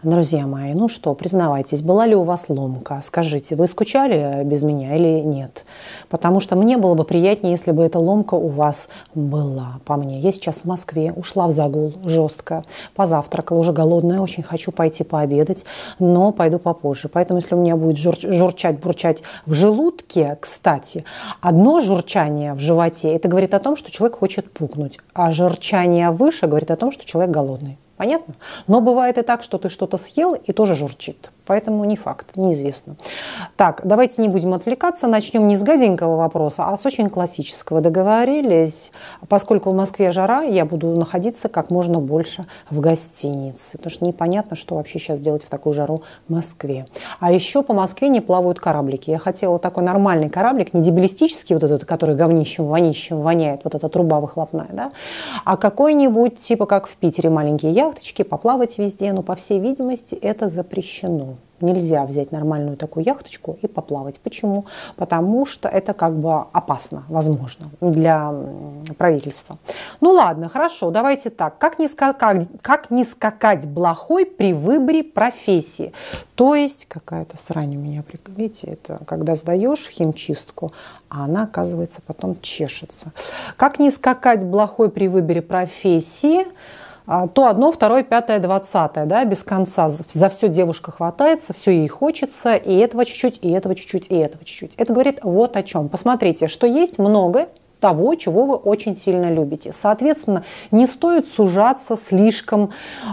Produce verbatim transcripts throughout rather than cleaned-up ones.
Друзья мои, ну что, признавайтесь, была ли у вас ломка? Скажите, вы скучали без меня или нет? Потому что мне было бы приятнее, если бы эта ломка у вас была. По мне, я сейчас в Москве, ушла в загул жестко, позавтракала, уже голодная, очень хочу пойти пообедать, но пойду попозже. Поэтому, если у меня будет жур журчать, бурчать в желудке, кстати, одно журчание в животе, это говорит о том, что человек хочет пукнуть, а журчание выше говорит о том, что человек голодный. Понятно? Но бывает и так, что ты что-то съел и тоже журчит. Поэтому не факт, неизвестно. Так, давайте не будем отвлекаться. Начнем не с гаденького вопроса, а с очень классического. Договорились? Поскольку в Москве жара, я буду находиться как можно больше в гостинице. Потому что непонятно, что вообще сейчас делать в такую жару в Москве. А еще по Москве не плавают кораблики. Я хотела такой нормальный кораблик, не дебилистический, вот этот, который говнищем, вонищем воняет, вот эта труба выхлопная, да? А какой-нибудь, типа как в Питере, маленькие яхточки, поплавать везде. Но, по всей видимости, это запрещено. Нельзя взять нормальную такую яхточку и поплавать. Почему? Потому что это как бы опасно, возможно, для правительства. Ну ладно, хорошо, давайте так. Как не скакать, как не скакать блохой при выборе профессии? То есть какая-то срань у меня, видите, это когда сдаешь в химчистку, а она, оказывается, потом чешется. Как не скакать блохой при выборе профессии? То одно, второе, пятое, двадцатое, да, без конца. За все девушка хватается, все ей хочется, и этого чуть-чуть, и этого чуть-чуть, и этого чуть-чуть. Это говорит вот о чем. Посмотрите, что есть много того, чего вы очень сильно любите. Соответственно, не стоит сужаться слишком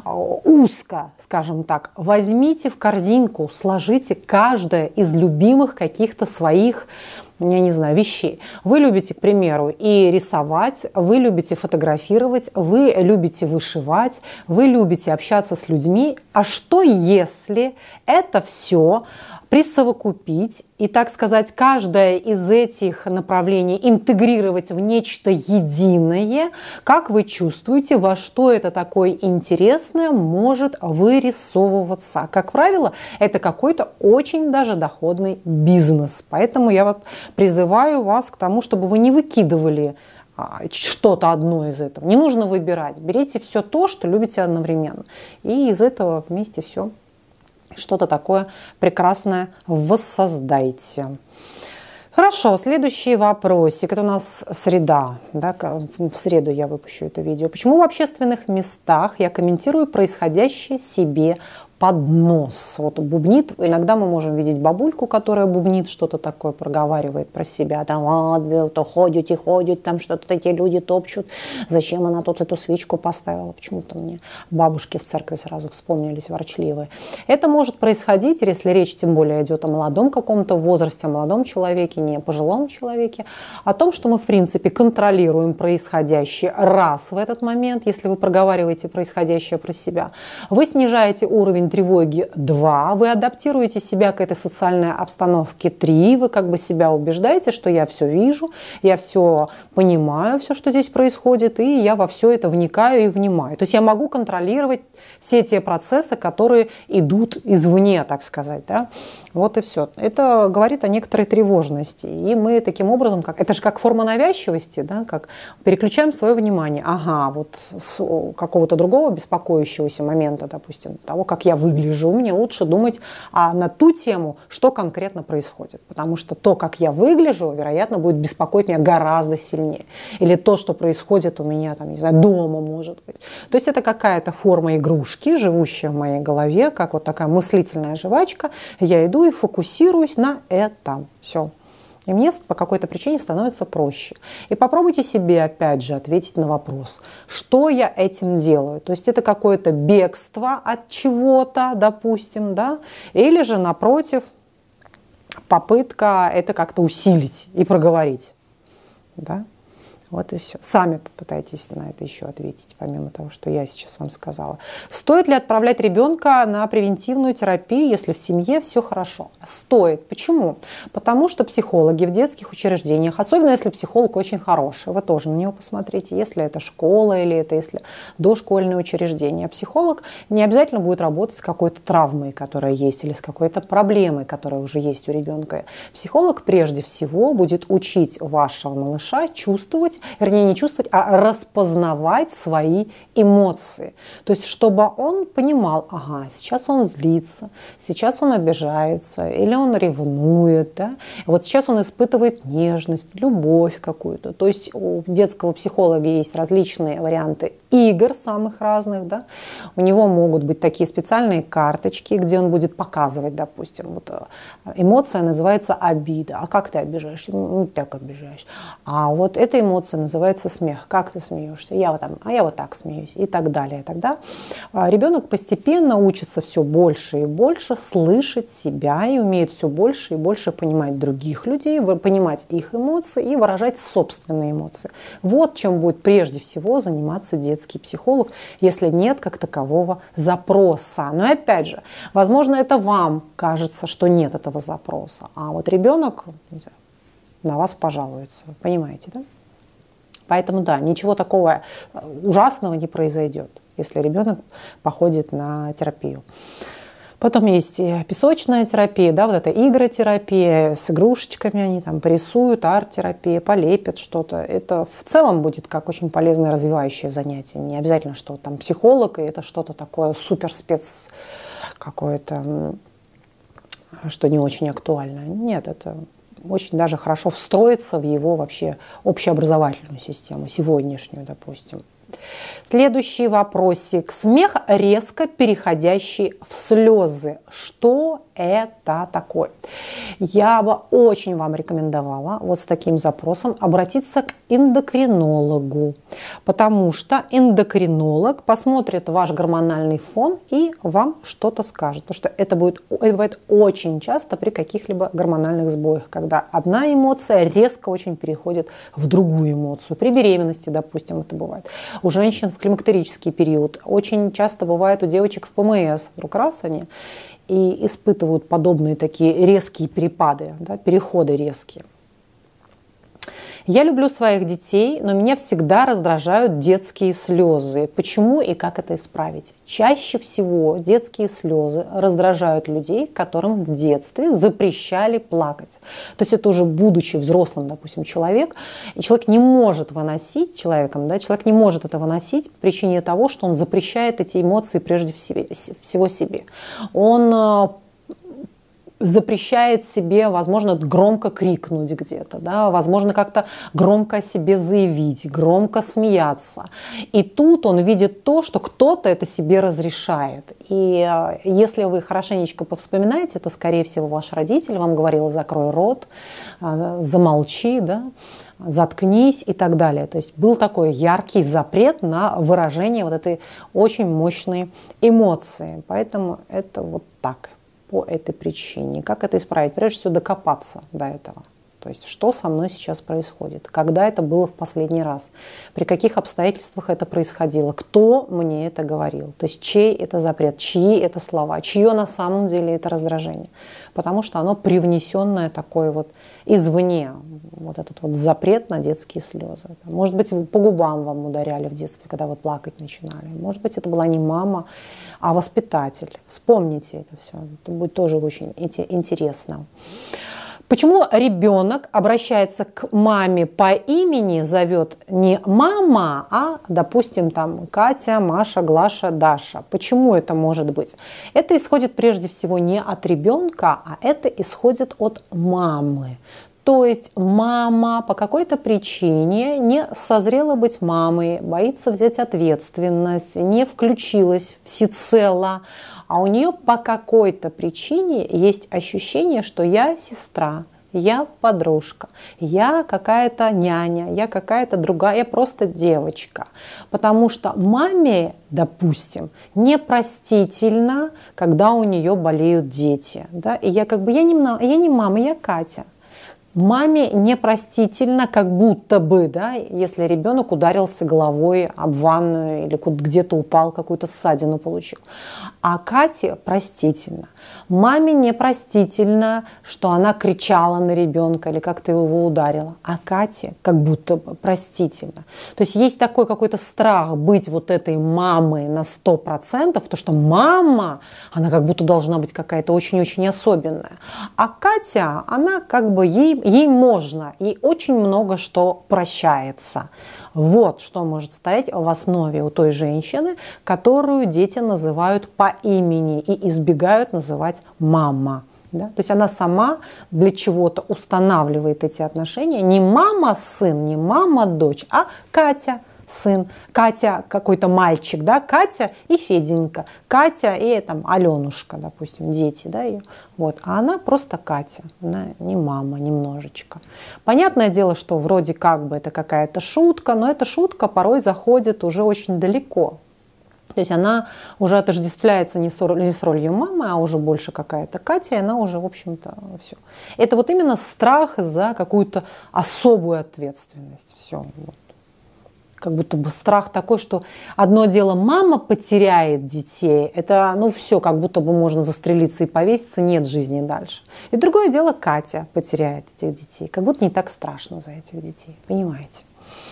узко, скажем так. Возьмите в корзинку, сложите каждое из любимых каких-то своих, я не знаю, вещей. Вы любите, к примеру, и рисовать, вы любите фотографировать, вы любите вышивать, вы любите общаться с людьми. А что если это все присовокупить и, так сказать, каждое из этих направлений интегрировать в нечто единое? Как вы чувствуете, во что это такое интересное может вырисовываться? Как правило, это какой-то очень даже доходный бизнес. Поэтому я вот призываю вас к тому, чтобы вы не выкидывали что-то одно из этого. Не нужно выбирать. Берите все то, что любите одновременно. И из этого вместе все что-то такое прекрасное воссоздайте. Хорошо, следующий вопросик. Это у нас среда. Да? В среду я выпущу это видео. Почему в общественных местах я комментирую происходящее себе под нос? Вот бубнит. Иногда мы можем видеть бабульку, которая бубнит, что-то такое проговаривает про себя. Там, а, то ходят и ходят, там что-то такие люди топчут. Зачем она тут эту свечку поставила? Почему-то мне бабушки в церкви сразу вспомнились ворчливые. Это может происходить, если речь тем более идет о молодом каком-то возрасте, о молодом человеке, не о пожилом человеке, о том, что мы, в принципе, контролируем происходящее раз в этот момент, если вы проговариваете происходящее про себя. Вы снижаете уровень тревоги два, вы адаптируете себя к этой социальной обстановке три, вы как бы себя убеждаете, что я все вижу, я все понимаю, все, что здесь происходит, и я во все это вникаю и внимаю. То есть я могу контролировать все те процессы, которые идут извне, так сказать. Да? Вот и все. Это говорит о некоторой тревожности. И мы таким образом, как, это же как форма навязчивости, да? Как переключаем свое внимание. Ага, вот с какого-то другого беспокоящегося момента, допустим, того, как я выгляжу, мне лучше думать а, на ту тему, что конкретно происходит. Потому что то, как я выгляжу, вероятно, будет беспокоить меня гораздо сильнее. Или то, что происходит у меня, там, не знаю, дома, может быть. То есть это какая-то форма игрушки, живущая в моей голове, как вот такая мыслительная жвачка. Я иду и фокусируюсь на этом. Все. И мне по какой-то причине становится проще. И попробуйте себе опять же ответить на вопрос, что я этим делаю. То есть это какое-то бегство от чего-то, допустим, да? Или же, напротив, попытка это как-то усилить и проговорить. Да? Вот и все. Сами попытайтесь на это еще ответить, помимо того, что я сейчас вам сказала. Стоит ли отправлять ребенка на превентивную терапию, если в семье все хорошо? Стоит. Почему? Потому что психологи в детских учреждениях, особенно если психолог очень хороший, вы тоже на него посмотрите, если это школа или это если дошкольное учреждение. Психолог не обязательно будет работать с какой-то травмой, которая есть, или с какой-то проблемой, которая уже есть у ребенка. Психолог прежде всего будет учить вашего малыша чувствовать вернее не чувствовать, а распознавать свои эмоции. То есть чтобы он понимал, ага, сейчас он злится, сейчас он обижается или он ревнует, да? Вот сейчас он испытывает нежность, любовь какую-то. То есть у детского психолога есть различные варианты игр самых разных, да? У него могут быть такие специальные карточки, где он будет показывать, допустим, вот эмоция называется обида. А как ты обижаешься? Ну, так обижаешь. А вот эта эмоция называется смех. Как ты смеешься? Я вот там, а я вот так смеюсь и так далее. И тогда ребенок постепенно учится все больше и больше слышать себя и умеет все больше и больше понимать других людей, понимать их эмоции и выражать собственные эмоции. Вот чем будет прежде всего заниматься детский психолог, если нет как такового запроса. Но и опять же, возможно, это вам кажется, что нет этого запроса, а вот ребенок на вас пожалуется. Понимаете, да? Поэтому да, ничего такого ужасного не произойдет, если ребенок походит на терапию. Потом есть песочная терапия, да, вот эта игротерапия с игрушечками, они там порисуют, арт-терапия, полепят что-то. Это в целом будет как очень полезное развивающее занятие. Не обязательно, что там психолог, и это что-то такое суперспец какое-то, что не очень актуально. Нет, это очень даже хорошо встроится в его вообще общеобразовательную систему, сегодняшнюю, допустим. Следующий вопросик. Смех, резко переходящий в слезы. Что это такое? Я бы очень вам рекомендовала вот с таким запросом обратиться к эндокринологу, потому что эндокринолог посмотрит ваш гормональный фон и вам что-то скажет, потому что это будет, это бывает очень часто при каких-либо гормональных сбоях, когда одна эмоция резко очень переходит в другую эмоцию. При беременности, допустим, это бывает. У женщин в климактерический период. Очень часто бывает у девочек в ПМС. Вдруг раз они и испытывают подобные такие резкие перепады, да, переходы резкие. Я люблю своих детей, но меня всегда раздражают детские слезы. Почему и как это исправить? Чаще всего детские слезы раздражают людей, которым в детстве запрещали плакать. То есть это уже будучи взрослым, допустим, человек, и человек не может выносить, человеком, да, человек не может это выносить по причине того, что он запрещает эти эмоции прежде всего себе. Он запрещает себе, возможно, громко крикнуть где-то, да, возможно, как-то громко о себе заявить, громко смеяться. И тут он видит то, что кто-то это себе разрешает. И если вы хорошенечко повспоминаете, то, скорее всего, ваш родитель вам говорил: закрой рот, замолчи, да, заткнись и так далее. То есть был такой яркий запрет на выражение вот этой очень мощной эмоции. Поэтому это вот так. По этой причине. Как это исправить? Прежде всего, докопаться до этого. То есть, что со мной сейчас происходит? Когда это было в последний раз? При каких обстоятельствах это происходило? Кто мне это говорил? То есть, чей это запрет? Чьи это слова? Чье на самом деле это раздражение? Потому что оно привнесенное такое вот извне. Вот этот вот запрет на детские слезы. Может быть, по губам вам ударяли в детстве, когда вы плакать начинали. Может быть, это была не мама, а воспитатель. Вспомните это все. Это будет тоже очень интересно. Почему ребенок обращается к маме по имени, зовет не мама, а, допустим, там Катя, Маша, Глаша, Даша? Почему это может быть? Это исходит прежде всего не от ребенка, а это исходит от мамы. То есть мама по какой-то причине не созрела быть мамой, боится взять ответственность, не включилась всецело, а у нее по какой-то причине есть ощущение, что я сестра, я подружка, я какая-то няня, я какая-то другая, я просто девочка. Потому что маме, допустим, непростительно, когда у нее болеют дети. Да? И я как бы, я не, я не мама, я Катя. Маме непростительно, как будто бы, да, если ребенок ударился головой об ванную или где-то упал, какую-то ссадину получил. А Кате простительно. Маме непростительно, что она кричала на ребенка или как-то его ударила. А Кате как будто бы простительно. То есть есть такой какой-то страх быть вот этой мамой на сто процентов, то что мама, она как будто должна быть какая-то очень-очень особенная. А Катя, она как бы ей ей, ей можно, и очень много что прощается. Вот что может стоять в основе у той женщины, которую дети называют по имени и избегают называть мама. Да? То есть она сама для чего-то устанавливает эти отношения. Не мама-сын, не мама-дочь, а Катя. Сын, Катя какой-то мальчик, да, Катя и Феденька, Катя и там Аленушка, допустим, дети, да, ее, вот, а она просто Катя, она не мама немножечко. Понятное дело, что вроде как бы это какая-то шутка, но эта шутка порой заходит уже очень далеко. То есть она уже отождествляется не с, не с ролью мамы, а уже больше какая-то Катя, и она уже, в общем-то, все. Это вот именно страх за какую-то особую ответственность, все, вот. Как будто бы страх такой, что одно дело мама потеряет детей, это, ну все, как будто бы можно застрелиться и повеситься, нет жизни дальше. И другое дело Катя потеряет этих детей, как будто не так страшно за этих детей, понимаете?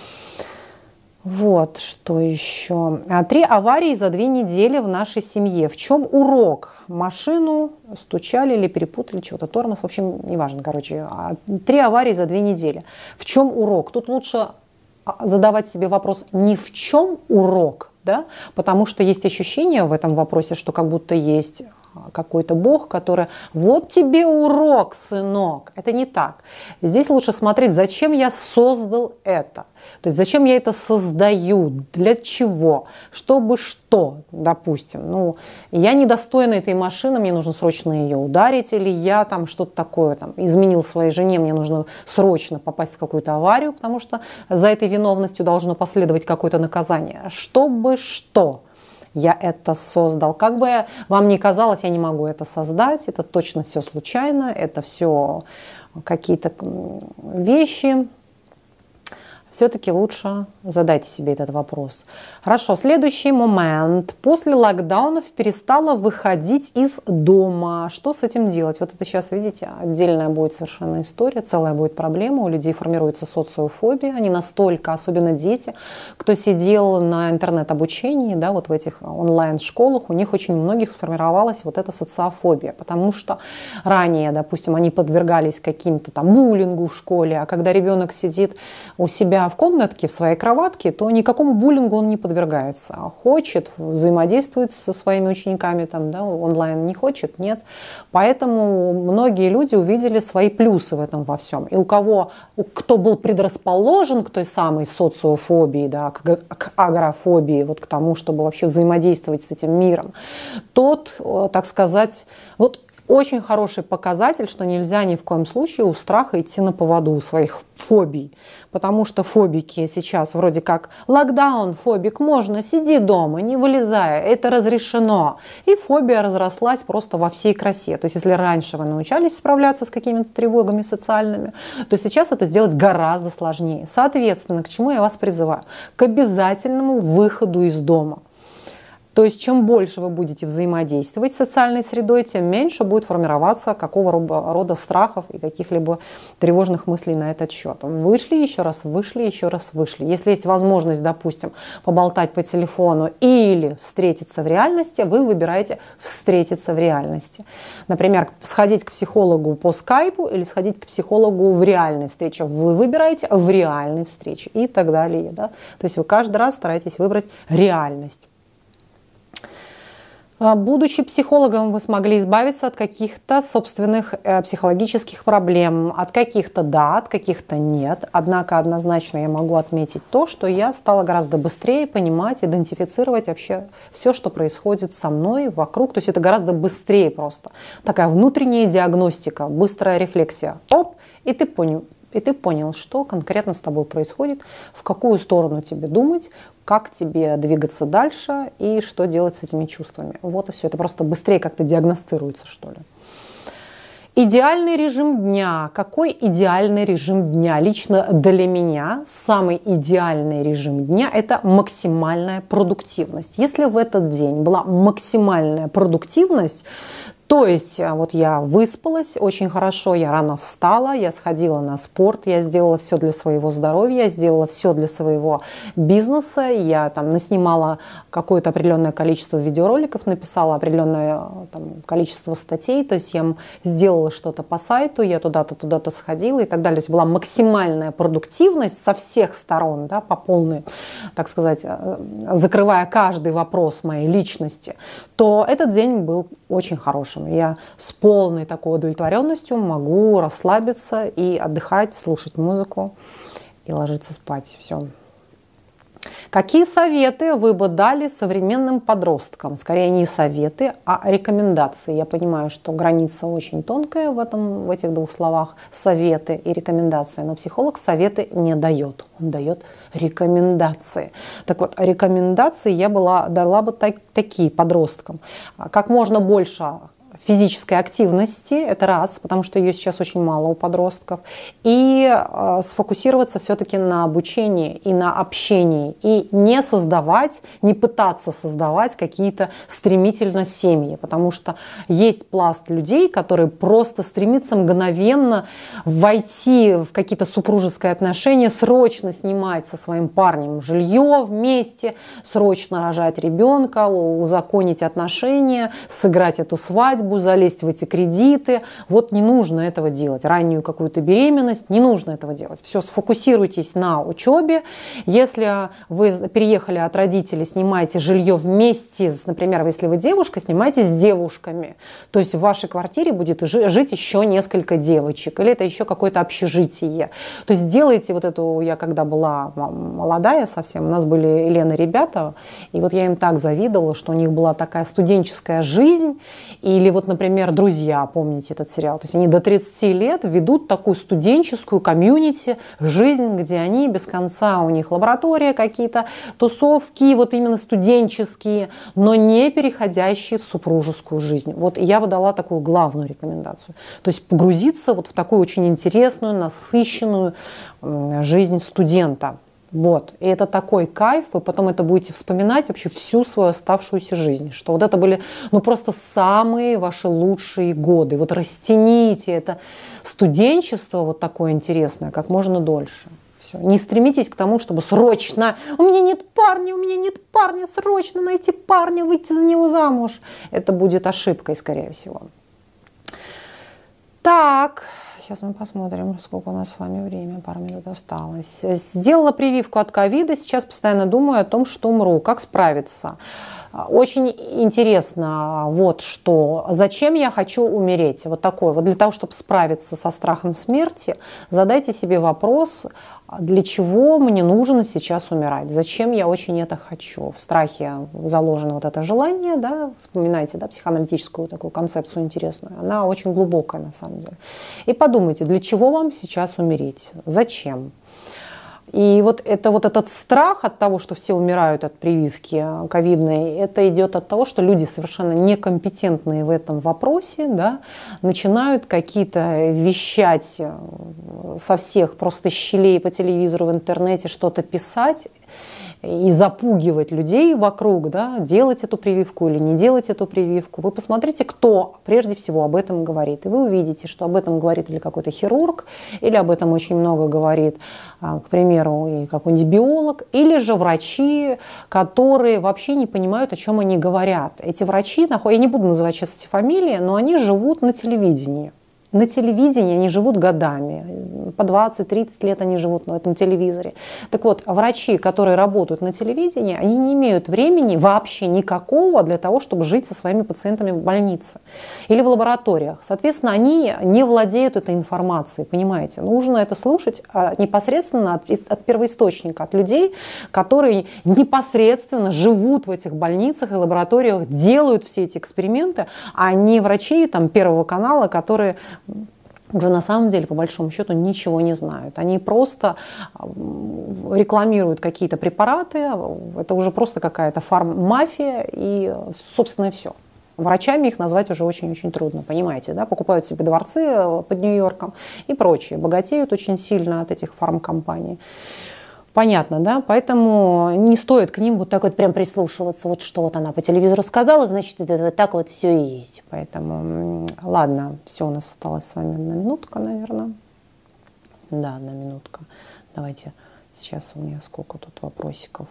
Вот, что еще. Три аварии за две недели в нашей семье. В чем урок? Машину стучали или перепутали, чего-то, тормоз, в общем, неважно, короче. Три аварии за две недели. В чем урок? Тут лучше задавать себе вопрос, не в чем урок, да? Потому что есть ощущение в этом вопросе, что как будто есть какой-то Бог, который вот тебе урок, сынок. Это не так. Здесь лучше смотреть, зачем я создал это. То есть зачем я это создаю, для чего, чтобы что, допустим. Ну, я недостойна этой машины, мне нужно срочно ее ударить, или я там что-то такое там, изменил своей жене, мне нужно срочно попасть в какую-то аварию, потому что за этой виновностью должно последовать какое-то наказание. Чтобы что. Я это создал. Как бы вам ни казалось, я не могу это создать. Это точно все случайно. Это все какие-то вещи. Все-таки лучше задайте себе этот вопрос. Хорошо, следующий момент. После локдаунов перестала выходить из дома. Что с этим делать? Вот это сейчас, видите, отдельная будет совершенно история, целая будет проблема. У людей формируется социофобия. Они настолько, особенно дети, кто сидел на интернет-обучении, да, вот в этих онлайн-школах, у них очень многих сформировалась вот эта социофобия. Потому что ранее, допустим, они подвергались каким-то там буллингу в школе, а когда ребенок сидит у себя в комнатке, в своей кроватке, то никакому буллингу он не подвергается. Хочет, взаимодействует со своими учениками, там, да, онлайн не хочет, нет. Поэтому многие люди увидели свои плюсы в этом во всем. И у кого, кто был предрасположен к той самой социофобии, да, к, к агорафобии, вот к тому, чтобы вообще взаимодействовать с этим миром, тот, так сказать, вот очень хороший показатель, что нельзя ни в коем случае у страха идти на поводу у своих фобий. Потому что фобики сейчас вроде как локдаун, фобик, можно, сиди дома, не вылезая, это разрешено. И фобия разрослась просто во всей красе. То есть если раньше вы научались справляться с какими-то тревогами социальными, то сейчас это сделать гораздо сложнее. Соответственно, к чему я вас призываю? К обязательному выходу из дома. То есть чем больше вы будете взаимодействовать с социальной средой, тем меньше будет формироваться какого рода страхов и каких-либо тревожных мыслей на этот счет. Вышли еще раз, вышли еще раз, вышли. Если есть возможность, допустим, поболтать по телефону или встретиться в реальности, вы выбираете встретиться в реальности. Например, сходить к психологу по скайпу или сходить к психологу в реальной встрече. Вы выбираете в реальной встрече и так далее. Да? То есть вы каждый раз стараетесь выбрать реальность. Будучи психологом, вы смогли избавиться от каких-то собственных э, психологических проблем. От каких-то да, от каких-то нет. Однако однозначно я могу отметить то, что я стала гораздо быстрее понимать, идентифицировать вообще все, что происходит со мной вокруг. То есть это гораздо быстрее просто. Такая внутренняя диагностика, быстрая рефлексия. Оп, и ты понял. И ты понял, что конкретно с тобой происходит, в какую сторону тебе думать, как тебе двигаться дальше и что делать с этими чувствами. Вот и все. Это просто быстрее как-то диагностируется, что ли. Идеальный режим дня. Какой идеальный режим дня? Лично для меня самый идеальный режим дня – это максимальная продуктивность. Если в этот день была максимальная продуктивность, То есть вот я выспалась очень хорошо, я рано встала, я сходила на спорт, я сделала все для своего здоровья, я сделала все для своего бизнеса, я там наснимала какое-то определенное количество видеороликов, написала определенное там, количество статей, то есть я сделала что-то по сайту, я туда-то, туда-то сходила и так далее. То есть была максимальная продуктивность со всех сторон, да, по полной, так сказать, закрывая каждый вопрос моей личности, то этот день был очень хорошим. Я с полной такой удовлетворенностью могу расслабиться и отдыхать, слушать музыку и ложиться спать. Все. Какие советы вы бы дали современным подросткам? Скорее не советы, а рекомендации. Я понимаю, что граница очень тонкая в, этом, в этих двух словах. Советы и рекомендации. Но психолог советы не дает. Он дает рекомендации. Так вот, рекомендации я была, дала бы так, такие подросткам. Как можно больше физической активности, это раз, потому что ее сейчас очень мало у подростков, и э, сфокусироваться все-таки на обучении и на общении, и не создавать, не пытаться создавать какие-то стремительно семьи, потому что есть пласт людей, которые просто стремятся мгновенно войти в какие-то супружеские отношения, срочно снимать со своим парнем жилье вместе, срочно рожать ребенка, узаконить отношения, сыграть эту свадьбу, залезть в эти кредиты. Вот не нужно этого делать. Раннюю какую-то беременность, не нужно этого делать. Все, сфокусируйтесь на учебе. Если вы переехали от родителей, снимаете жилье вместе, например, если вы девушка, снимайте с девушками. То есть в вашей квартире будет жить еще несколько девочек. Или это еще какое-то общежитие. То есть делайте вот эту, я когда была молодая совсем, у нас были Елена ребята, и вот я им так завидовала, что у них была такая студенческая жизнь. Или вот, например, «Друзья», помните этот сериал, то есть они до тридцати лет ведут такую студенческую комьюнити, жизнь, где они без конца, у них лаборатория, какие-то тусовки, вот именно студенческие, но не переходящие в супружескую жизнь. Вот я бы дала такую главную рекомендацию. То есть погрузиться вот в такую очень интересную, насыщенную жизнь студента. Вот. И это такой кайф, вы потом это будете вспоминать вообще всю свою оставшуюся жизнь, что вот это были ну просто самые ваши лучшие годы. Вот растяните это студенчество вот такое интересное как можно дольше. Все. Не стремитесь к тому, чтобы срочно, у меня нет парня, у меня нет парня, срочно найти парня, выйти за него замуж. Это будет ошибкой, скорее всего. Так. Сейчас мы посмотрим, сколько у нас с вами время, пару минут осталось. Сделала прививку от ковида, сейчас постоянно думаю о том, что умру, как справиться. Очень интересно, вот что, зачем я хочу умереть, вот такое, вот для того, чтобы справиться со страхом смерти, задайте себе вопрос, для чего мне нужно сейчас умирать, зачем я очень это хочу. В страхе заложено вот это желание, да, вспоминайте, да, психоаналитическую такую концепцию интересную, она очень глубокая на самом деле. И подумайте, для чего вам сейчас умереть, зачем? И вот, это, вот этот страх от того, что все умирают от прививки ковидной, это идет от того, что люди совершенно некомпетентные в этом вопросе, да, начинают какие-то вещать со всех просто щелей по телевизору, в интернете, что-то писать и запугивать людей вокруг, да, делать эту прививку или не делать эту прививку. Вы посмотрите, кто прежде всего об этом говорит. И вы увидите, что об этом говорит или какой-то хирург, или об этом очень много говорит, к примеру, и какой-нибудь биолог, или же врачи, которые вообще не понимают, о чем они говорят. Эти врачи, я не буду называть сейчас эти фамилии, но они живут на телевидении. На телевидении они живут годами, по двадцать-тридцать лет они живут на этом телевизоре. Так вот, врачи, которые работают на телевидении, они не имеют времени вообще никакого для того, чтобы жить со своими пациентами в больнице или в лабораториях. Соответственно, они не владеют этой информацией, понимаете? Нужно это слушать непосредственно от, от первоисточника, от людей, которые непосредственно живут в этих больницах и лабораториях, делают все эти эксперименты, а не врачи там, Первого канала, которые уже на самом деле, по большому счету, ничего не знают. Они просто рекламируют какие-то препараты, это уже просто какая-то фарм-мафия и, собственно, и все. Врачами их назвать уже очень-очень трудно, понимаете, да? Покупают себе дворцы под Нью-Йорком и прочее, богатеют очень сильно от этих фармкомпаний. Понятно, да? Поэтому не стоит к ним вот так вот прям прислушиваться. Вот что вот она по телевизору сказала, значит, это вот так вот все и есть. Поэтому, ладно, все, у нас осталась с вами одна минутка, наверное. Да, одна минутка. Давайте, сейчас у меня сколько тут вопросиков.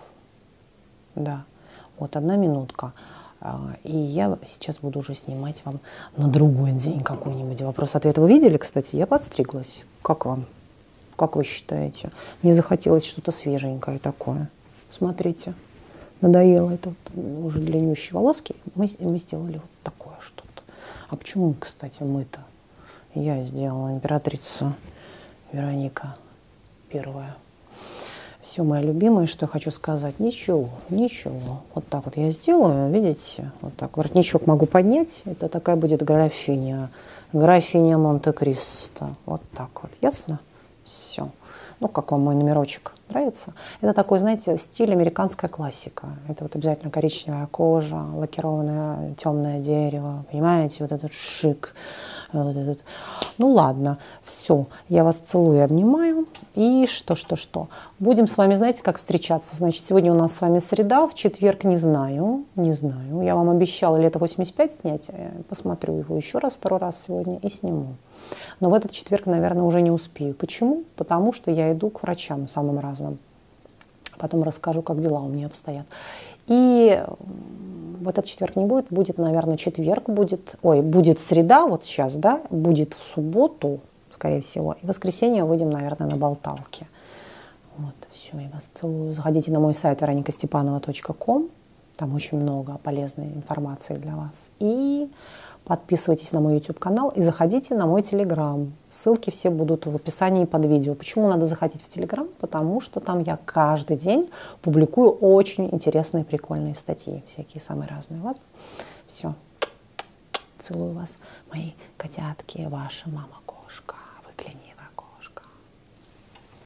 Да, вот одна минутка. И я сейчас буду уже снимать вам на другой день какой-нибудь вопрос-ответ. Вы видели, кстати, я подстриглась. Как вам? Как вы считаете? Мне захотелось что-то свеженькое такое. Смотрите, надоело это вот, уже длиннющие волоски. Мы, мы сделали вот такое что-то. А почему, кстати, мы-то? Я сделала, императрица Вероника первая. Все, моя любимая, что я хочу сказать. Ничего, ничего. Вот так вот я сделаю, видите? Вот так. Воротничок могу поднять. Это такая будет графиня. Графиня Монте-Кристо. Вот так вот. Ясно? Все. Ну, как вам мой номерочек? Нравится? Это такой, знаете, стиль американская классика. Это вот обязательно коричневая кожа, лакированное темное дерево. Понимаете? Вот этот шик. Вот этот. Ну, ладно. Все. Я вас целую и обнимаю. И что, что, что? Будем с вами, знаете, как встречаться? Значит, сегодня у нас с вами среда, в четверг не знаю. Не знаю. Я вам обещала лето восемьдесят пять снять. Посмотрю его еще раз, второй раз сегодня и сниму. Но в этот четверг, наверное, уже не успею. Почему? Потому что я иду к врачам самым разным. Потом расскажу, как дела у меня обстоят. И в этот четверг не будет. Будет, наверное, четверг. Будет, ой, будет среда, вот сейчас, да. Будет в субботу, скорее всего. И в воскресенье выйдем, наверное, на болталке. Вот, все, я вас целую. Заходите на мой сайт вероника степанова точка ком. Там очень много полезной информации для вас. И подписывайтесь на мой YouTube-канал и заходите на мой Telegram. Ссылки все будут в описании под видео. Почему надо заходить в Telegram? Потому что там я каждый день публикую очень интересные, прикольные статьи. Всякие самые разные. Ладно? Все. Целую вас, мои котятки, ваша мама-кошка. Выгляни.